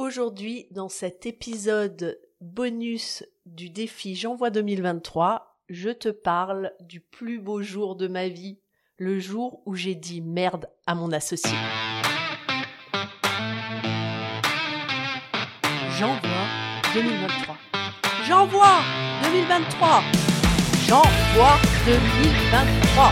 Aujourd'hui, dans cet épisode bonus du défi J'envoie 2023, je te parle du plus beau jour de ma vie, le jour où j'ai dit merde à mon associé. J'envoie 2023. J'envoie 2023. J'envoie 2023.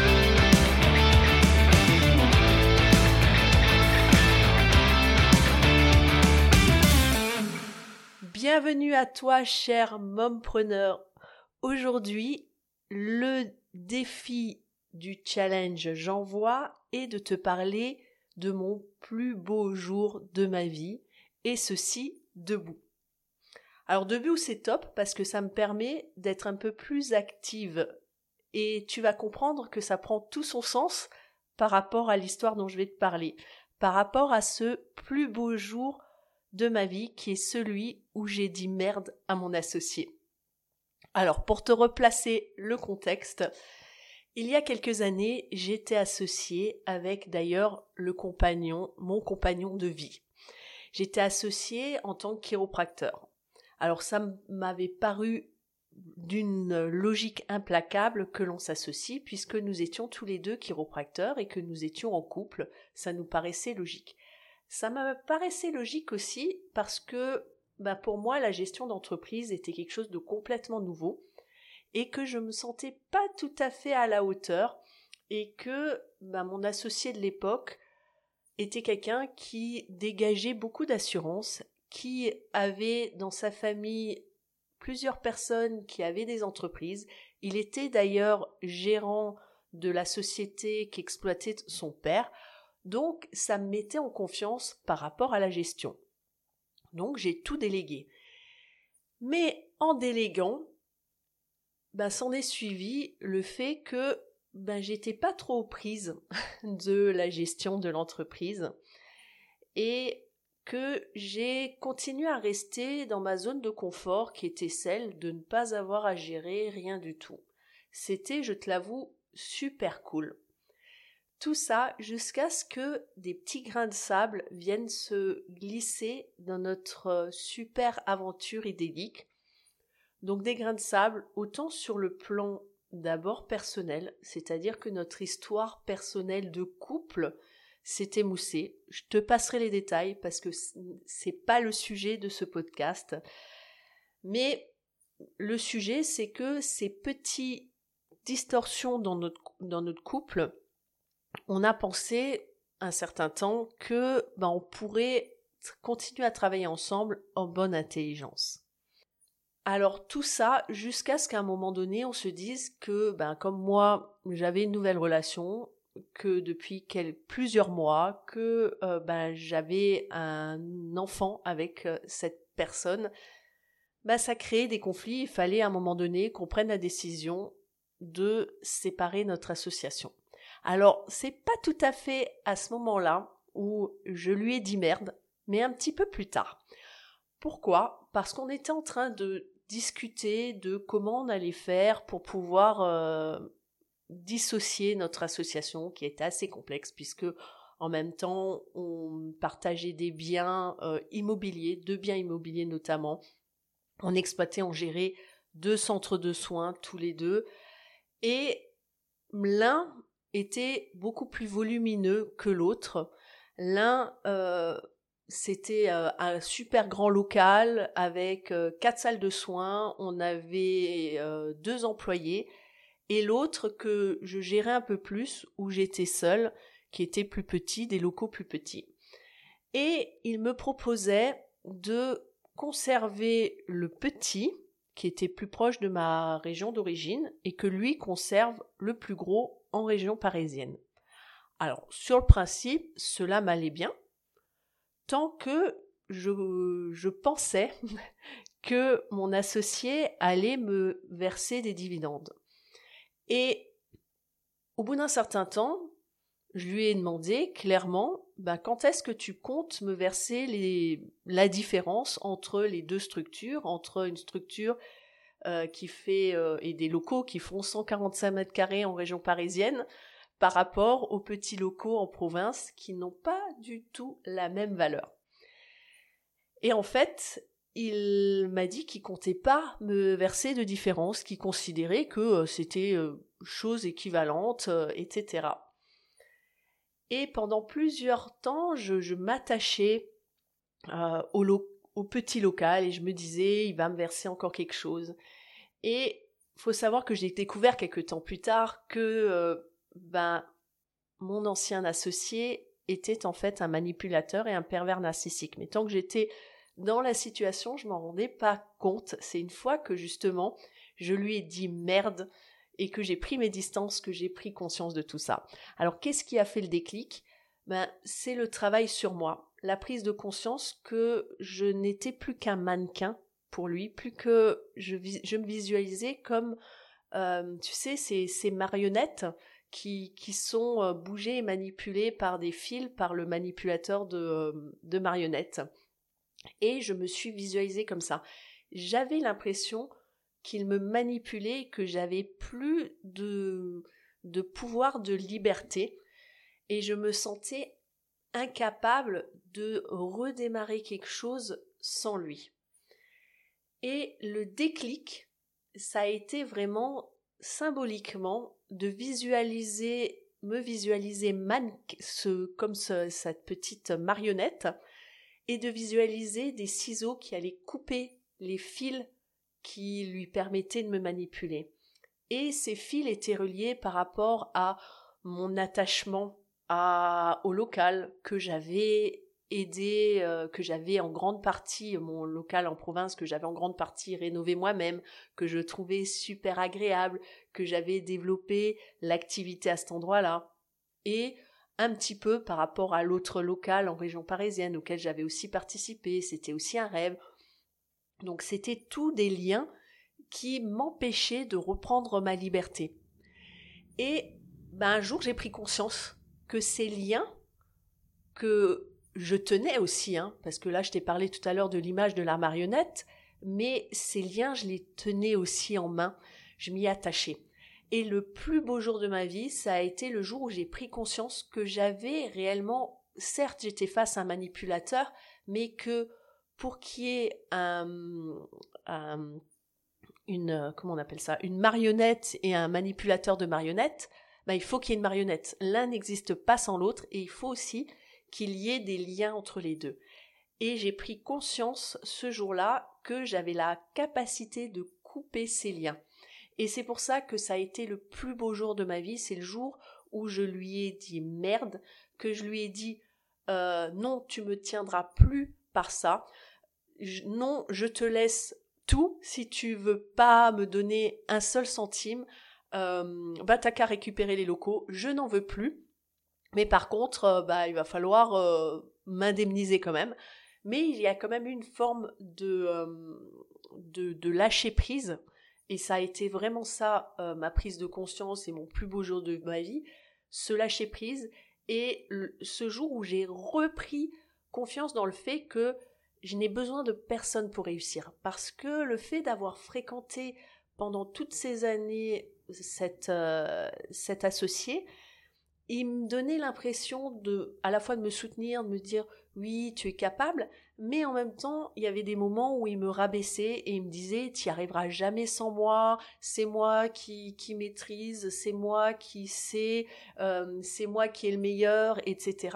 Bienvenue à toi, cher mompreneur. Aujourd'hui, le défi du challenge J'envoie est de te parler de mon plus beau jour de ma vie, et ceci debout. Alors debout, c'est top parce que ça me permet d'être un peu plus active et tu vas comprendre que ça prend tout son sens par rapport à l'histoire dont je vais te parler, par rapport à ce plus beau jour de ma vie qui est celui où j'ai dit merde à mon associé. Alors pour te replacer le contexte, il y a quelques années, j'étais associée avec d'ailleurs mon compagnon de vie. J'étais associée en tant que chiropracteur. Alors ça m'avait paru d'une logique implacable que l'on s'associe puisque nous étions tous les deux chiropracteurs et que nous étions en couple, ça nous paraissait logique. Ça me paraissait logique aussi parce que pour moi, la gestion d'entreprise était quelque chose de complètement nouveau et que je me sentais pas tout à fait à la hauteur et que mon associé de l'époque était quelqu'un qui dégageait beaucoup d'assurance, qui avait dans sa famille plusieurs personnes qui avaient des entreprises. Il était d'ailleurs gérant de la société qu'exploitait son père. Donc, ça me mettait en confiance par rapport à la gestion. Donc, j'ai tout délégué. Mais en déléguant, s'en est suivi le fait que j'étais pas trop prise de la gestion de l'entreprise et que j'ai continué à rester dans ma zone de confort qui était celle de ne pas avoir à gérer rien du tout. C'était, je te l'avoue, super cool. Tout ça jusqu'à ce que des petits grains de sable viennent se glisser dans notre super aventure idyllique. Donc des grains de sable autant sur le plan d'abord personnel, c'est-à-dire que notre histoire personnelle de couple s'est émoussée. Je te passerai les détails parce que c'est pas le sujet de ce podcast. Mais le sujet, c'est que ces petites distorsions dans notre couple, on a pensé un certain temps que on pourrait continuer à travailler ensemble en bonne intelligence. Alors tout ça jusqu'à ce qu'à un moment donné on se dise que comme moi j'avais une nouvelle relation, que depuis plusieurs mois que j'avais un enfant avec cette personne, ça créait des conflits. Il fallait à un moment donné qu'on prenne la décision de séparer notre association. Alors, c'est pas tout à fait à ce moment-là où je lui ai dit merde, mais un petit peu plus tard. Pourquoi ? Parce qu'on était en train de discuter de comment on allait faire pour pouvoir dissocier notre association qui était assez complexe puisque en même temps, on partageait des biens immobiliers, 2 biens immobiliers notamment. On exploitait, on gérait 2 centres de soins tous les deux et l'un était beaucoup plus volumineux que l'autre. L'un, c'était un super grand local avec 4 salles de soins, on avait 2 employés, et l'autre que je gérais un peu plus, où j'étais seule, qui était plus petit, des locaux plus petits. Et il me proposait de conserver le petit, qui était plus proche de ma région d'origine, et que lui conserve le plus gros en région parisienne. Alors, sur le principe, cela m'allait bien, tant que je pensais que mon associé allait me verser des dividendes. Et au bout d'un certain temps, je lui ai demandé clairement quand est-ce que tu comptes me verser la différence entre les 2 structures, entre une structure qui fait et des locaux qui font 145 mètres carrés en région parisienne par rapport aux petits locaux en province qui n'ont pas du tout la même valeur. Et en fait, il m'a dit qu'il comptait pas me verser de différence, qu'il considérait que c'était chose équivalente, etc. Et pendant plusieurs temps, je m'attachais au petit local et je me disais, il va me verser encore quelque chose. Et faut savoir que j'ai découvert quelques temps plus tard que mon ancien associé était en fait un manipulateur et un pervers narcissique. Mais tant que j'étais dans la situation, je m'en rendais pas compte. C'est une fois que justement, je lui ai dit merde et que j'ai pris mes distances, que j'ai pris conscience de tout ça. Alors, qu'est-ce qui a fait le déclic ? C'est le travail sur moi, la prise de conscience que je n'étais plus qu'un mannequin pour lui, plus que je me visualisais comme, tu sais, ces marionnettes qui sont bougées et manipulées par des fils, par le manipulateur de marionnettes. Et je me suis visualisée comme ça. J'avais l'impression qu'il me manipulait, que j'avais plus de pouvoir de liberté, et je me sentais incapable de redémarrer quelque chose sans lui. Et le déclic, ça a été vraiment symboliquement de me visualiser comme cette petite marionnette, et de visualiser des ciseaux qui allaient couper les fils qui lui permettaient de me manipuler. Et ces fils étaient reliés par rapport à mon attachement au local que j'avais aidé, que j'avais en grande partie, mon local en province, que j'avais en grande partie rénové moi-même, que je trouvais super agréable, que j'avais développé l'activité à cet endroit-là. Et un petit peu par rapport à l'autre local en région parisienne auquel j'avais aussi participé, c'était aussi un rêve. Donc c'était tous des liens qui m'empêchaient de reprendre ma liberté. Et un jour j'ai pris conscience que ces liens que je tenais aussi, parce que là je t'ai parlé tout à l'heure de l'image de la marionnette, mais ces liens je les tenais aussi en main, je m'y attachais. Et le plus beau jour de ma vie, ça a été le jour où j'ai pris conscience que j'avais réellement, certes j'étais face à un manipulateur, mais que pour qu'il y ait comment on appelle ça, une marionnette et un manipulateur de marionnettes, il faut qu'il y ait une marionnette. L'un n'existe pas sans l'autre, et il faut aussi qu'il y ait des liens entre les deux. Et j'ai pris conscience ce jour-là que j'avais la capacité de couper ces liens. Et c'est pour ça que ça a été le plus beau jour de ma vie, c'est le jour où je lui ai dit merde, que je lui ai dit non, tu me tiendras plus par ça, non, je te laisse tout, si tu veux pas me donner un seul centime, t'as qu'à récupérer les locaux, je n'en veux plus, mais par contre, il va falloir m'indemniser quand même. Mais il y a quand même une forme de lâcher prise, et ça a été vraiment ça, ma prise de conscience et mon plus beau jour de ma vie, ce lâcher prise, et ce jour où j'ai repris confiance dans le fait que je n'ai besoin de personne pour réussir, parce que le fait d'avoir fréquenté pendant toutes ces années cet associé, il me donnait l'impression à la fois de me soutenir, de me dire oui, tu es capable, mais en même temps, il y avait des moments où il me rabaissait et il me disait tu n'y arriveras jamais sans moi, c'est moi qui maîtrise, c'est moi qui sais, c'est moi qui est le meilleur, etc.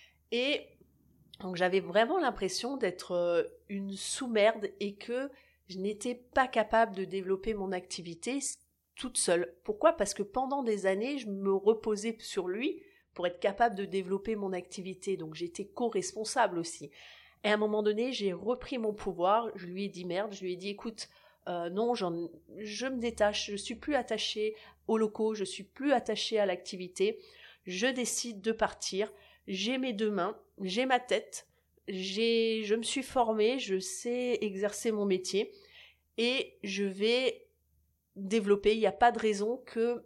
Et donc j'avais vraiment l'impression d'être une sous-merde et que je n'étais pas capable de développer mon activité toute seule. Pourquoi ? Parce que pendant des années, je me reposais sur lui pour être capable de développer mon activité. Donc j'étais co-responsable aussi. Et à un moment donné, j'ai repris mon pouvoir, je lui ai dit merde, je lui ai dit écoute, non, je me détache, je suis plus attachée aux locaux, je suis plus attachée à l'activité, je décide de partir, j'ai mes deux mains, j'ai ma tête, je me suis formée, je sais exercer mon métier et je vais développer. Il n'y a pas de raison que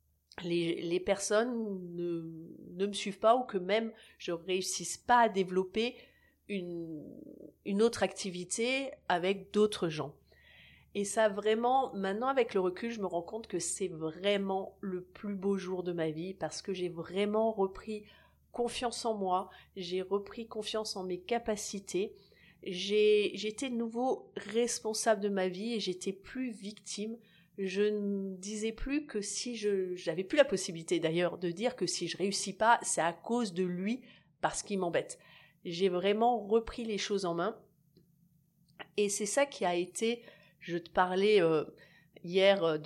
les personnes ne me suivent pas ou que même je ne réussisse pas à développer une autre activité avec d'autres gens. Et ça vraiment, maintenant avec le recul, je me rends compte que c'est vraiment le plus beau jour de ma vie parce que j'ai vraiment repris confiance en moi, j'ai repris confiance en mes capacités, j'étais de nouveau responsable de ma vie et j'étais plus victime. Je ne disais plus que si j'avais plus la possibilité d'ailleurs de dire que si je réussis pas, c'est à cause de lui parce qu'il m'embête. J'ai vraiment repris les choses en main et c'est ça qui a été, je te parlais hier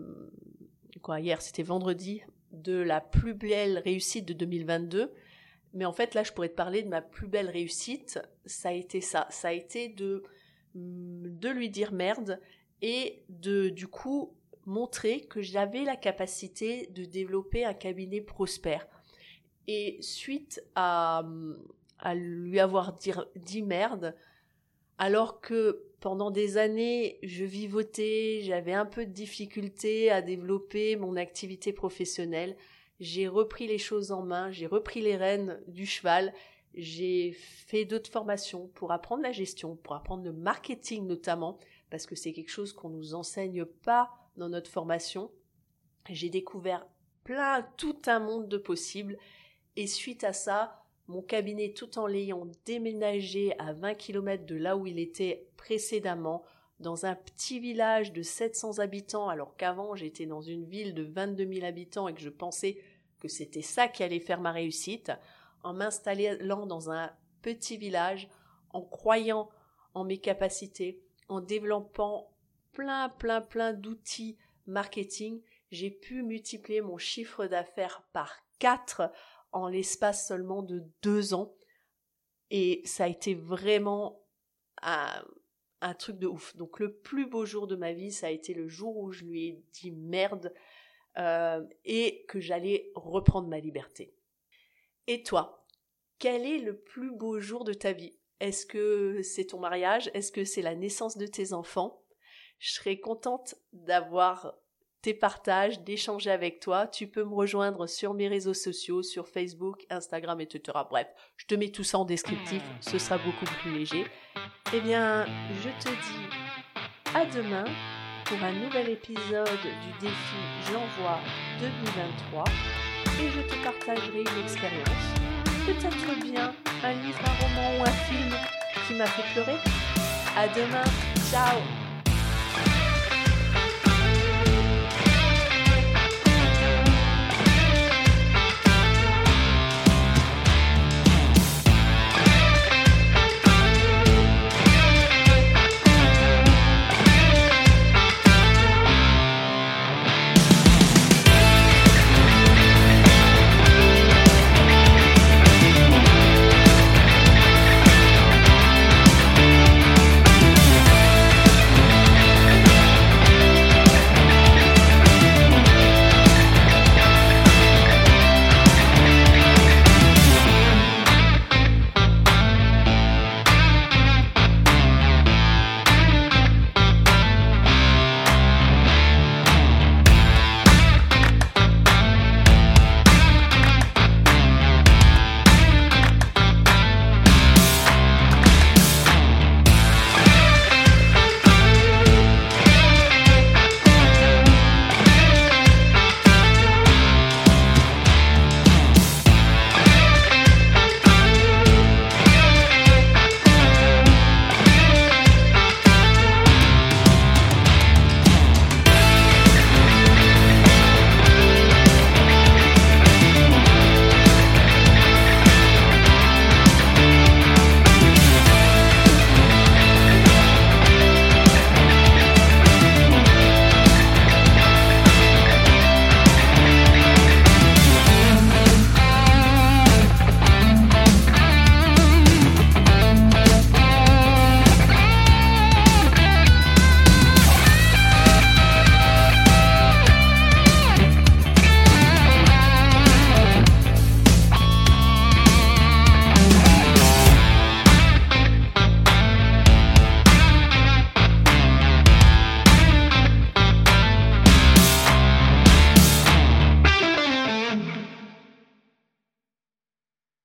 c'était vendredi, de la plus belle réussite de 2022. Mais en fait, là, je pourrais te parler de ma plus belle réussite. Ça a été ça. Ça a été de lui dire merde et du coup, montrer que j'avais la capacité de développer un cabinet prospère. Et suite à lui avoir dit merde, alors que pendant des années, je vivotais, j'avais un peu de difficulté à développer mon activité professionnelle, j'ai repris les choses en main, j'ai repris les rênes du cheval, j'ai fait d'autres formations pour apprendre la gestion, pour apprendre le marketing notamment, parce que c'est quelque chose qu'on ne nous enseigne pas dans notre formation. J'ai découvert tout un monde de possibles et suite à ça, mon cabinet, tout en l'ayant déménagé à 20 km de là où il était précédemment, dans un petit village de 700 habitants, alors qu'avant j'étais dans une ville de 22 000 habitants et que je pensais que c'était ça qui allait faire ma réussite, en m'installant dans un petit village, en croyant en mes capacités, en développant plein d'outils marketing, j'ai pu multiplier mon chiffre d'affaires par 4 en l'espace seulement de 2 ans. Et ça a été vraiment un truc de ouf. Donc le plus beau jour de ma vie, ça a été le jour où je lui ai dit merde et que j'allais reprendre ma liberté. Et toi, quel est le plus beau jour de ta vie ? Est-ce que c'est ton mariage ? Est-ce que c'est la naissance de tes enfants ? Je serais contente d'avoir tes partages, d'échanger avec toi. Tu peux me rejoindre sur mes réseaux sociaux, sur Facebook, Instagram, etc. Bref, je te mets tout ça en descriptif, ce sera beaucoup plus léger. Eh bien, je te dis à demain pour un nouvel épisode du défi J'envoie 2023 et je te partagerai une expérience, peut-être bien un livre, un roman ou un film qui m'a fait pleurer. À demain, ciao!